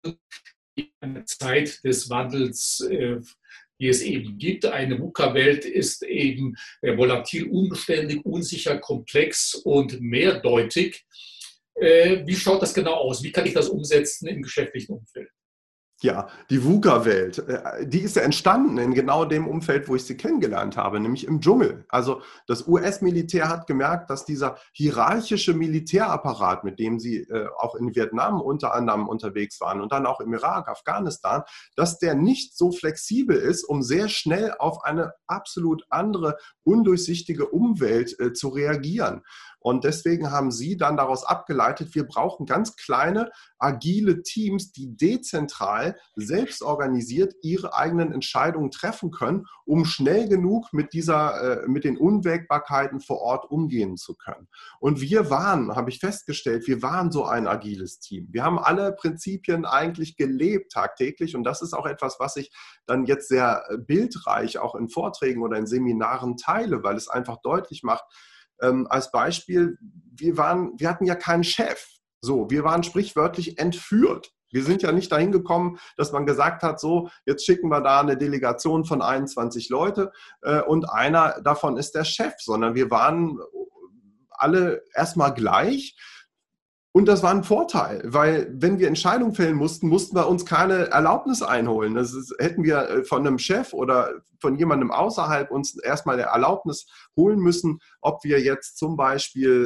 eine Zeit des Wandels, die es eben gibt. Eine VUCA-Welt ist eben volatil, unbeständig, unsicher, komplex und mehrdeutig. Wie schaut das genau aus? Wie kann ich das umsetzen im geschäftlichen Umfeld? Ja, die VUCA-Welt, die ist ja entstanden in genau dem Umfeld, wo ich sie kennengelernt habe, nämlich im Dschungel. Also das US-Militär hat gemerkt, dass dieser hierarchische Militärapparat, mit dem sie auch in Vietnam unter anderem unterwegs waren und dann auch im Irak, Afghanistan, dass der nicht so flexibel ist, um sehr schnell auf eine absolut andere, undurchsichtige Umwelt zu reagieren. Und deswegen haben sie dann daraus abgeleitet, wir brauchen ganz kleine, agile Teams, die dezentral, selbst organisiert ihre eigenen Entscheidungen treffen können, um schnell genug mit mit den Unwägbarkeiten vor Ort umgehen zu können. Und wir waren, habe ich festgestellt, wir waren so ein agiles Team. Wir haben alle Prinzipien eigentlich gelebt tagtäglich und das ist auch etwas, was ich dann jetzt sehr bildreich auch in Vorträgen oder in Seminaren teile, weil es einfach deutlich macht, als Beispiel, wir hatten ja keinen Chef. So, wir waren sprichwörtlich entführt. Wir sind ja nicht dahin gekommen, dass man gesagt hat, so, jetzt schicken wir da eine Delegation von 21 Leute und einer davon ist der Chef, sondern wir waren alle erstmal gleich. Und das war ein Vorteil, weil wenn wir Entscheidungen fällen mussten, mussten wir uns keine Erlaubnis einholen. Hätten wir von einem Chef oder von jemandem außerhalb uns erstmal eine Erlaubnis holen müssen, ob wir jetzt zum Beispiel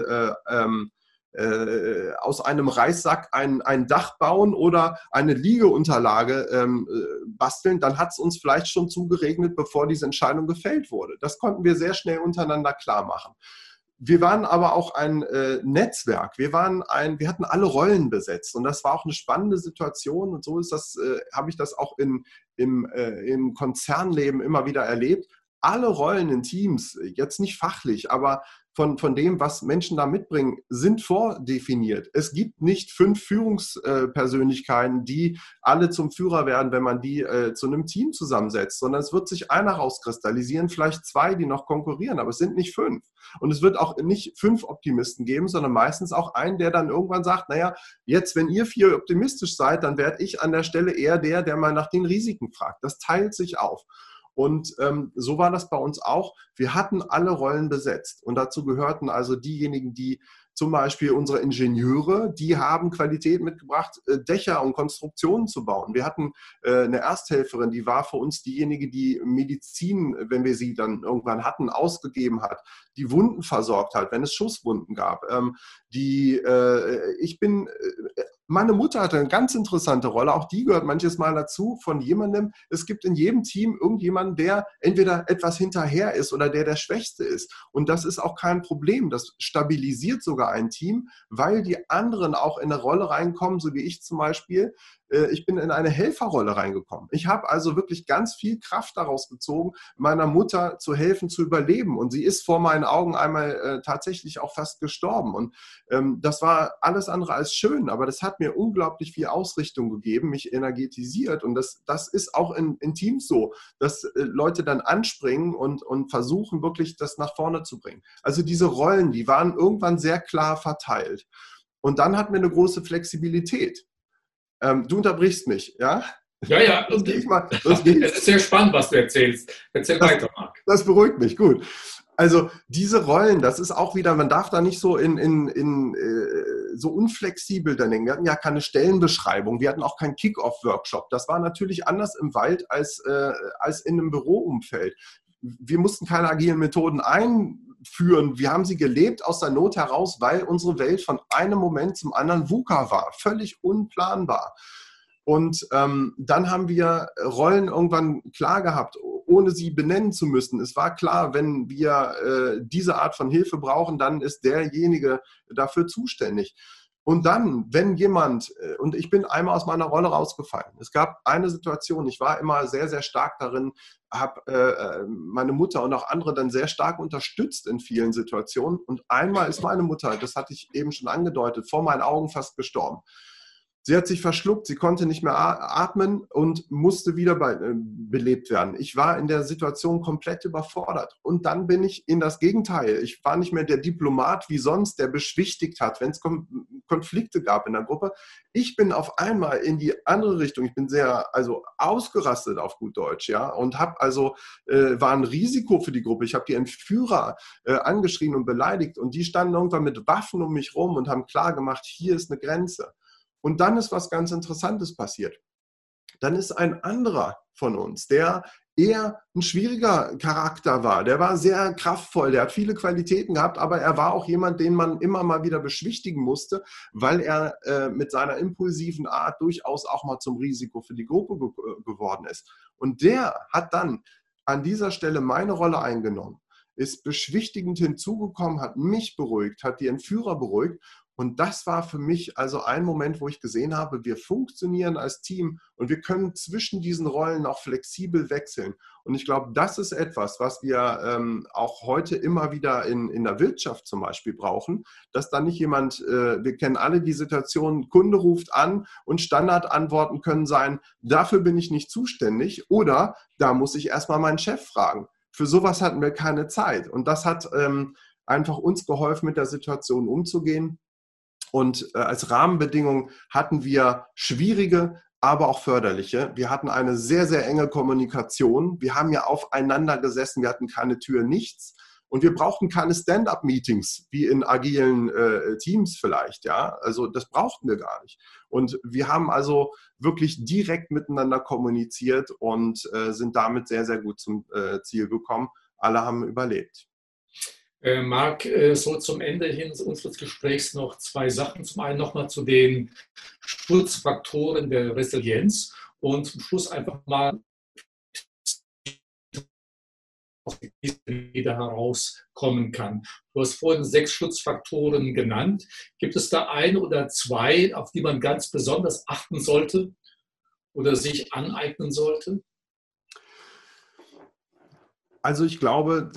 aus einem Reissack ein Dach bauen oder eine Liegeunterlage basteln, dann hat es uns vielleicht schon zugeregnet, bevor diese Entscheidung gefällt wurde. Das konnten wir sehr schnell untereinander klar machen. Wir waren aber auch ein Netzwerk. Wir hatten alle Rollen besetzt und das war auch eine spannende Situation und so habe ich das auch im Konzernleben immer wieder erlebt. Alle Rollen in Teams, jetzt nicht fachlich, aber von dem, was Menschen da mitbringen, sind vordefiniert. Es gibt nicht 5 Führungspersönlichkeiten, die alle zum Führer werden, wenn man die zu einem Team zusammensetzt, sondern es wird sich einer rauskristallisieren, vielleicht 2, die noch konkurrieren, aber es sind nicht 5. Und es wird auch nicht 5 Optimisten geben, sondern meistens auch einen, der dann irgendwann sagt, naja, jetzt, wenn ihr 4 optimistisch seid, dann werde ich an der Stelle eher der mal nach den Risiken fragt. Das teilt sich auf. Und so war das bei uns auch. Wir hatten alle Rollen besetzt und dazu gehörten also diejenigen, die zum Beispiel unsere Ingenieure, die haben Qualität mitgebracht, Dächer und Konstruktionen zu bauen. Wir hatten eine Ersthelferin, die war für uns diejenige, die Medizin, wenn wir sie dann irgendwann hatten, ausgegeben hat, die Wunden versorgt hat, wenn es Schusswunden gab. Meine Mutter hatte eine ganz interessante Rolle, auch die gehört manches Mal dazu, von jemandem, es gibt in jedem Team irgendjemanden, der entweder etwas hinterher ist oder der Schwächste ist. Und das ist auch kein Problem, das stabilisiert sogar ein Team, weil die anderen auch in eine Rolle reinkommen, so wie ich zum Beispiel. Ich bin in eine Helferrolle reingekommen. Ich habe also wirklich ganz viel Kraft daraus gezogen, meiner Mutter zu helfen, zu überleben. Und sie ist vor meinen Augen einmal tatsächlich auch fast gestorben. Und das war alles andere als schön, aber das hat mir unglaublich viel Ausrichtung gegeben, mich energetisiert. Und das ist auch in Teams so, dass Leute dann anspringen und versuchen, wirklich das nach vorne zu bringen. Also diese Rollen, die waren irgendwann sehr klar verteilt. Und dann hatten wir eine große Flexibilität. Du unterbrichst mich, ja? Ja, ja. Sonst gehe ich mal. Es ist sehr spannend, was du erzählst. Erzähl weiter, Marc. Das beruhigt mich, gut. Also diese Rollen, das ist auch wieder, man darf da nicht so so unflexibel dann denken. Wir hatten ja keine Stellenbeschreibung, wir hatten auch keinen Kick-Off-Workshop. Das war natürlich anders im Wald als in einem Büroumfeld. Wir mussten keine agilen Methoden einführen. Wir haben sie gelebt aus der Not heraus, weil unsere Welt von einem Moment zum anderen VUCA war, völlig unplanbar. Und dann haben wir Rollen irgendwann klar gehabt, ohne sie benennen zu müssen. Es war klar, wenn wir diese Art von Hilfe brauchen, dann ist derjenige dafür zuständig. Und dann, wenn jemand, und ich bin einmal aus meiner Rolle rausgefallen. Es gab eine Situation, ich war immer sehr, sehr stark darin, habe meine Mutter und auch andere dann sehr stark unterstützt in vielen Situationen. Und einmal ist meine Mutter, das hatte ich eben schon angedeutet, vor meinen Augen fast gestorben. Sie hat sich verschluckt, sie konnte nicht mehr atmen und musste wieder belebt werden. Ich war in der Situation komplett überfordert. Und dann bin ich in das Gegenteil. Ich war nicht mehr der Diplomat wie sonst, der beschwichtigt hat, wenn es Konflikte gab in der Gruppe. Ich bin auf einmal in die andere Richtung. Ich bin sehr ausgerastet auf gut Deutsch, ja, und war ein Risiko für die Gruppe. Ich habe die Entführer angeschrien und beleidigt und die standen irgendwann mit Waffen um mich rum und haben klar gemacht, hier ist eine Grenze. Und dann ist was ganz Interessantes passiert. Dann ist ein anderer von uns, der eher ein schwieriger Charakter war. Der war sehr kraftvoll, der hat viele Qualitäten gehabt, aber er war auch jemand, den man immer mal wieder beschwichtigen musste, weil er mit seiner impulsiven Art durchaus auch mal zum Risiko für die Gruppe geworden ist. Und der hat dann an dieser Stelle meine Rolle eingenommen, ist beschwichtigend hinzugekommen, hat mich beruhigt, hat die Entführer beruhigt. Und das war für mich also ein Moment, wo ich gesehen habe, wir funktionieren als Team und wir können zwischen diesen Rollen auch flexibel wechseln. Und ich glaube, das ist etwas, was wir auch heute immer wieder in der Wirtschaft zum Beispiel brauchen, dass da nicht jemand, wir kennen alle die Situation, Kunde ruft an und Standardantworten können sein, dafür bin ich nicht zuständig oder da muss ich erstmal meinen Chef fragen. Für sowas hatten wir keine Zeit. Und das hat einfach uns geholfen, mit der Situation umzugehen. Und als Rahmenbedingung hatten wir schwierige, aber auch förderliche. Wir hatten eine sehr, sehr enge Kommunikation. Wir haben ja aufeinander gesessen, wir hatten keine Tür, nichts. Und wir brauchten keine Stand-up-Meetings, wie in agilen Teams vielleicht. Ja? Also das brauchten wir gar nicht. Und wir haben also wirklich direkt miteinander kommuniziert und sind damit sehr, sehr gut zum Ziel gekommen. Alle haben überlebt. Marc, so zum Ende hin unseres Gesprächs noch zwei Sachen. Zum einen nochmal zu den Schutzfaktoren der Resilienz und zum Schluss einfach mal aus der Krise wieder herauskommen kann. Du hast vorhin 6 Schutzfaktoren genannt. Gibt es da ein oder zwei, auf die man ganz besonders achten sollte oder sich aneignen sollte? Also ich glaube,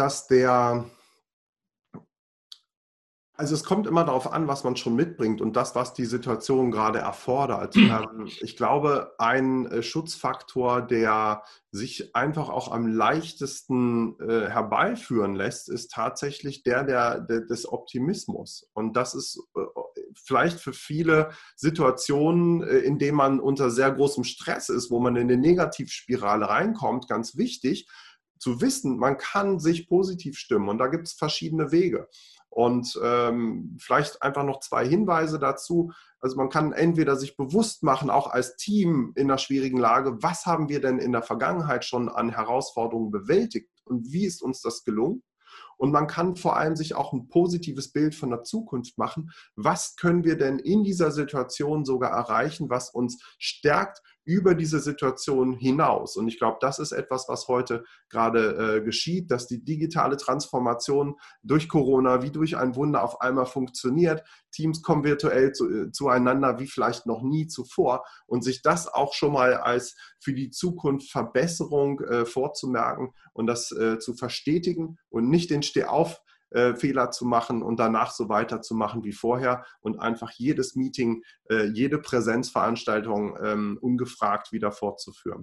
also es kommt immer darauf an, was man schon mitbringt und das, was die Situation gerade erfordert. Ich glaube, ein Schutzfaktor, der sich einfach auch am leichtesten herbeiführen lässt, ist tatsächlich der des Optimismus. Und das ist vielleicht für viele Situationen, in denen man unter sehr großem Stress ist, wo man in eine Negativspirale reinkommt, ganz wichtig, zu wissen, man kann sich positiv stimmen und da gibt es verschiedene Wege. Und vielleicht einfach noch 2 Hinweise dazu. Also man kann entweder sich bewusst machen, auch als Team in einer schwierigen Lage, was haben wir denn in der Vergangenheit schon an Herausforderungen bewältigt und wie ist uns das gelungen? Und man kann vor allem sich auch ein positives Bild von der Zukunft machen. Was können wir denn in dieser Situation sogar erreichen, was uns stärkt über diese Situation hinaus? Und ich glaube, das ist etwas, was heute gerade geschieht, dass die digitale Transformation durch Corona wie durch ein Wunder auf einmal funktioniert. Teams kommen virtuell zueinander wie vielleicht noch nie zuvor und sich das auch schon mal als für die Zukunft Verbesserung vorzumerken und das zu verstetigen und nicht den Stehauf-Fehler zu machen und danach so weiterzumachen wie vorher und einfach jedes Meeting, jede Präsenzveranstaltung ungefragt wieder fortzuführen.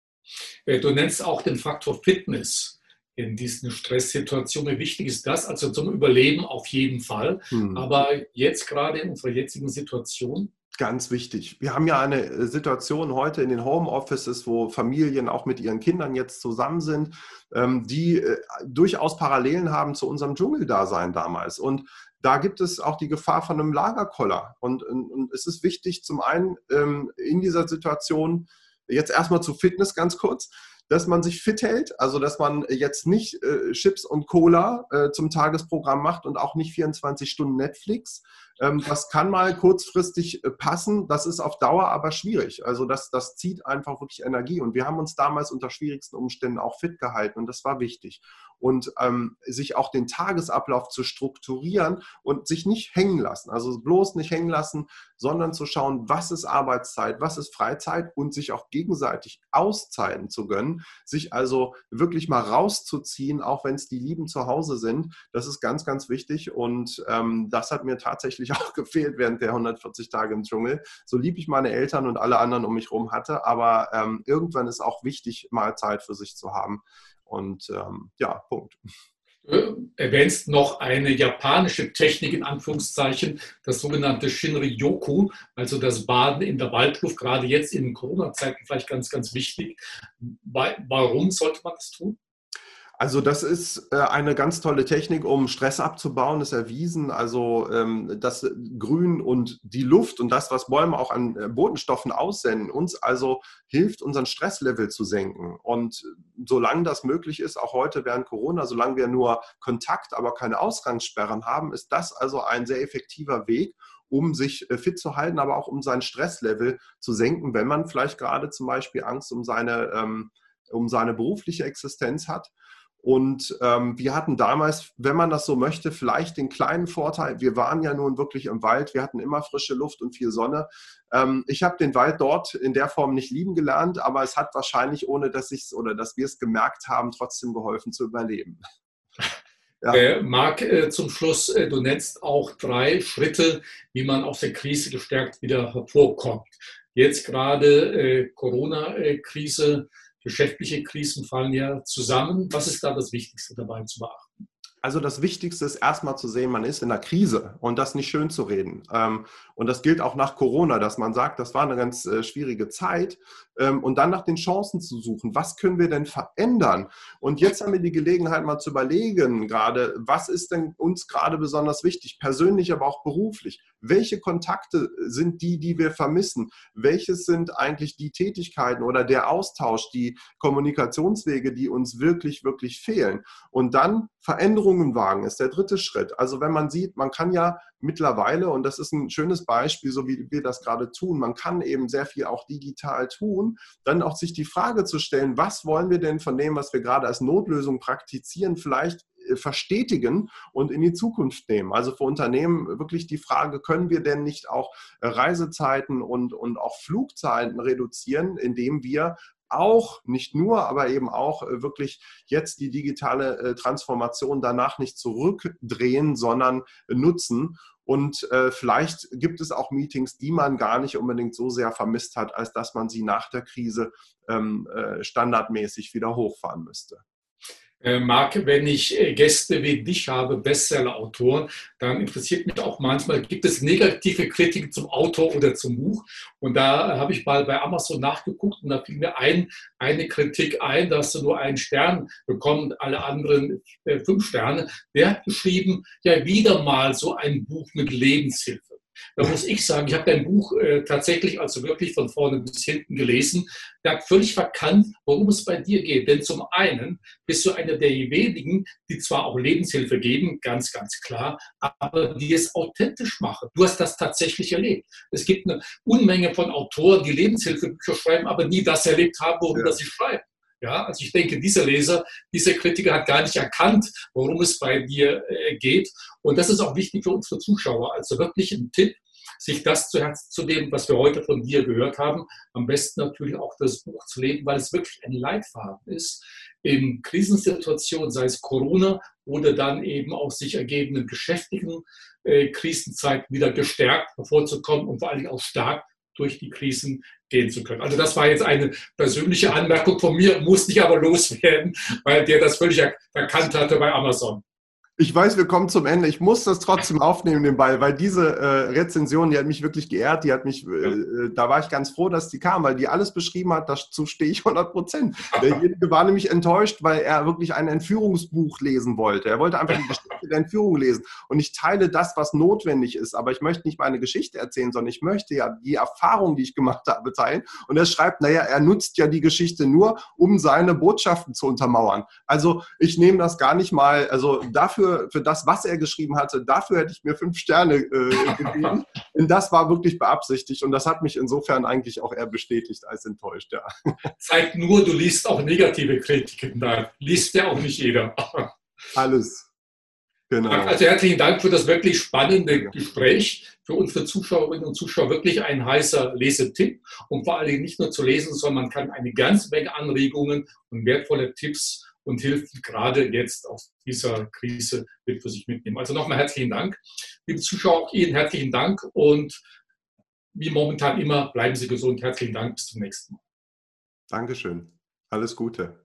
Du nennst auch den Faktor Fitness in diesen Stresssituationen. Wie wichtig ist das? Also zum Überleben auf jeden Fall. Aber jetzt gerade in unserer jetzigen Situation? Ganz wichtig. Wir haben ja eine Situation heute in den Homeoffices, wo Familien auch mit ihren Kindern jetzt zusammen sind, die durchaus Parallelen haben zu unserem Dschungeldasein damals. Und da gibt es auch die Gefahr von einem Lagerkoller. Und es ist wichtig, zum einen in dieser Situation, jetzt erstmal zu Fitness ganz kurz, dass man sich fit hält, also dass man jetzt nicht Chips und Cola zum Tagesprogramm macht und auch nicht 24 Stunden Netflix. Das kann mal kurzfristig passen, das ist auf Dauer aber schwierig. Also das zieht einfach wirklich Energie und wir haben uns damals unter schwierigsten Umständen auch fit gehalten und das war wichtig. und sich auch den Tagesablauf zu strukturieren und sich nicht hängen lassen. Also bloß nicht hängen lassen, sondern zu schauen, was ist Arbeitszeit, was ist Freizeit und sich auch gegenseitig Auszeiten zu gönnen, sich also wirklich mal rauszuziehen, auch wenn es die Lieben zu Hause sind. Das ist ganz, ganz wichtig und das hat mir tatsächlich auch gefehlt während der 140 Tage im Dschungel. So lieb ich meine Eltern und alle anderen um mich herum hatte, aber irgendwann ist auch wichtig, mal Zeit für sich zu haben. Und ja, Punkt. Du erwähnst noch eine japanische Technik in Anführungszeichen, das sogenannte Shinrin-yoku, also das Baden in der Waldluft, gerade jetzt in Corona-Zeiten vielleicht ganz, ganz wichtig. Warum sollte man das tun? Also das ist eine ganz tolle Technik, um Stress abzubauen, ist erwiesen. Also das Grün und die Luft und das, was Bäume auch an Botenstoffen aussenden, uns also hilft, unseren Stresslevel zu senken. Und solange das möglich ist, auch heute während Corona, solange wir nur Kontakt, aber keine Ausgangssperren haben, ist das also ein sehr effektiver Weg, um sich fit zu halten, aber auch um sein Stresslevel zu senken, wenn man vielleicht gerade zum Beispiel Angst um seine berufliche Existenz hat. Und wir hatten damals, wenn man das so möchte, vielleicht den kleinen Vorteil, wir waren ja nun wirklich im Wald, wir hatten immer frische Luft und viel Sonne. Ich habe den Wald dort in der Form nicht lieben gelernt, aber es hat wahrscheinlich, ohne dass dass wir es gemerkt haben, trotzdem geholfen zu überleben. Ja. Marc, zum Schluss, du nennst auch 3 Schritte, wie man aus der Krise gestärkt wieder hervorkommt. Jetzt gerade Corona-Krise, geschäftliche Krisen fallen ja zusammen. Was ist da das Wichtigste dabei zu beachten? Also das Wichtigste ist erstmal zu sehen, man ist in einer Krise und das nicht schön zu reden. Und das gilt auch nach Corona, dass man sagt, das war eine ganz schwierige Zeit und dann nach den Chancen zu suchen. Was können wir denn verändern? Und jetzt haben wir die Gelegenheit mal zu überlegen, gerade, was ist denn uns gerade besonders wichtig, persönlich, aber auch beruflich? Welche Kontakte sind die wir vermissen? Welches sind eigentlich die Tätigkeiten oder der Austausch, die Kommunikationswege, die uns wirklich, wirklich fehlen? Und dann Veränderungen wagen ist der 3. Schritt. Also wenn man sieht, man kann ja mittlerweile, und das ist ein schönes Beispiel, so wie wir das gerade tun, man kann eben sehr viel auch digital tun, dann auch sich die Frage zu stellen, was wollen wir denn von dem, was wir gerade als Notlösung praktizieren, vielleicht verstetigen und in die Zukunft nehmen. Also für Unternehmen wirklich die Frage, können wir denn nicht auch Reisezeiten und auch Flugzeiten reduzieren, indem wir auch, nicht nur, aber eben auch wirklich jetzt die digitale Transformation danach nicht zurückdrehen, sondern nutzen. Und vielleicht gibt es auch Meetings, die man gar nicht unbedingt so sehr vermisst hat, als dass man sie nach der Krise standardmäßig wieder hochfahren müsste. Marc, wenn ich Gäste wie dich habe, Bestseller-Autoren, dann interessiert mich auch manchmal, gibt es negative Kritiken zum Autor oder zum Buch? Und da habe ich mal bei Amazon nachgeguckt und da fiel mir eine Kritik ein, da hast du nur 1 Stern bekommen, alle anderen 5 Sterne. Der hat geschrieben, ja, wieder mal so ein Buch mit Lebenshilfe. Da muss ich sagen, ich habe dein Buch tatsächlich also wirklich von vorne bis hinten gelesen. Der hat völlig verkannt, worum es bei dir geht. Denn zum einen bist du einer der wenigen, die zwar auch Lebenshilfe geben, ganz, ganz klar, aber die es authentisch machen. Du hast das tatsächlich erlebt. Es gibt eine Unmenge von Autoren, die Lebenshilfebücher schreiben, aber nie das erlebt haben, worüber sie schreiben. Ja, also ich denke, dieser Leser, dieser Kritiker hat gar nicht erkannt, worum es bei dir geht. Und das ist auch wichtig für unsere Zuschauer. Also wirklich ein Tipp, sich das zu Herzen zu nehmen, was wir heute von dir gehört haben. Am besten natürlich auch das Buch zu lesen, weil es wirklich ein Leitfaden ist, in Krisensituationen, sei es Corona oder dann eben aus sich ergebenden geschäftlichen Krisenzeiten wieder gestärkt hervorzukommen und vor allen Dingen auch stark durch die Krisen gehen zu können. Also das war jetzt eine persönliche Anmerkung von mir, musste ich aber loswerden, weil der das völlig erkannt hatte bei Amazon. Ich weiß, wir kommen zum Ende. Ich muss das trotzdem aufnehmen, den Ball, weil diese Rezension, die hat mich wirklich geehrt. Die hat mich, da war ich ganz froh, dass die kam, weil die alles beschrieben hat. Dazu stehe ich 100%. Derjenige war nämlich enttäuscht, weil er wirklich ein Entführungsbuch lesen wollte. Er wollte einfach die Geschichte der Entführung lesen. Und ich teile das, was notwendig ist. Aber ich möchte nicht meine Geschichte erzählen, sondern ich möchte ja die Erfahrung, die ich gemacht habe, teilen. Und er schreibt, naja, er nutzt ja die Geschichte nur, um seine Botschaften zu untermauern. Also ich nehme das gar nicht mal, also dafür für das, was er geschrieben hatte, dafür hätte ich mir 5 Sterne gegeben. Denn das war wirklich beabsichtigt und das hat mich insofern eigentlich auch eher bestätigt als enttäuscht. Ja. Zeigt nur, du liest auch negative Kritiken. Da liest ja auch nicht jeder. Alles. Genau. Also herzlichen Dank für das wirklich spannende Gespräch. Für unsere Zuschauerinnen und Zuschauer wirklich ein heißer Lesetipp. Und vor allen Dingen nicht nur zu lesen, sondern man kann eine ganze Menge Anregungen und wertvolle Tipps und Hilfen gerade jetzt aus dieser Krise mit für sich mitnehmen. Also nochmal herzlichen Dank. Liebe Zuschauer, auch Ihnen herzlichen Dank und wie momentan immer, bleiben Sie gesund. Herzlichen Dank. Bis zum nächsten Mal. Dankeschön. Alles Gute.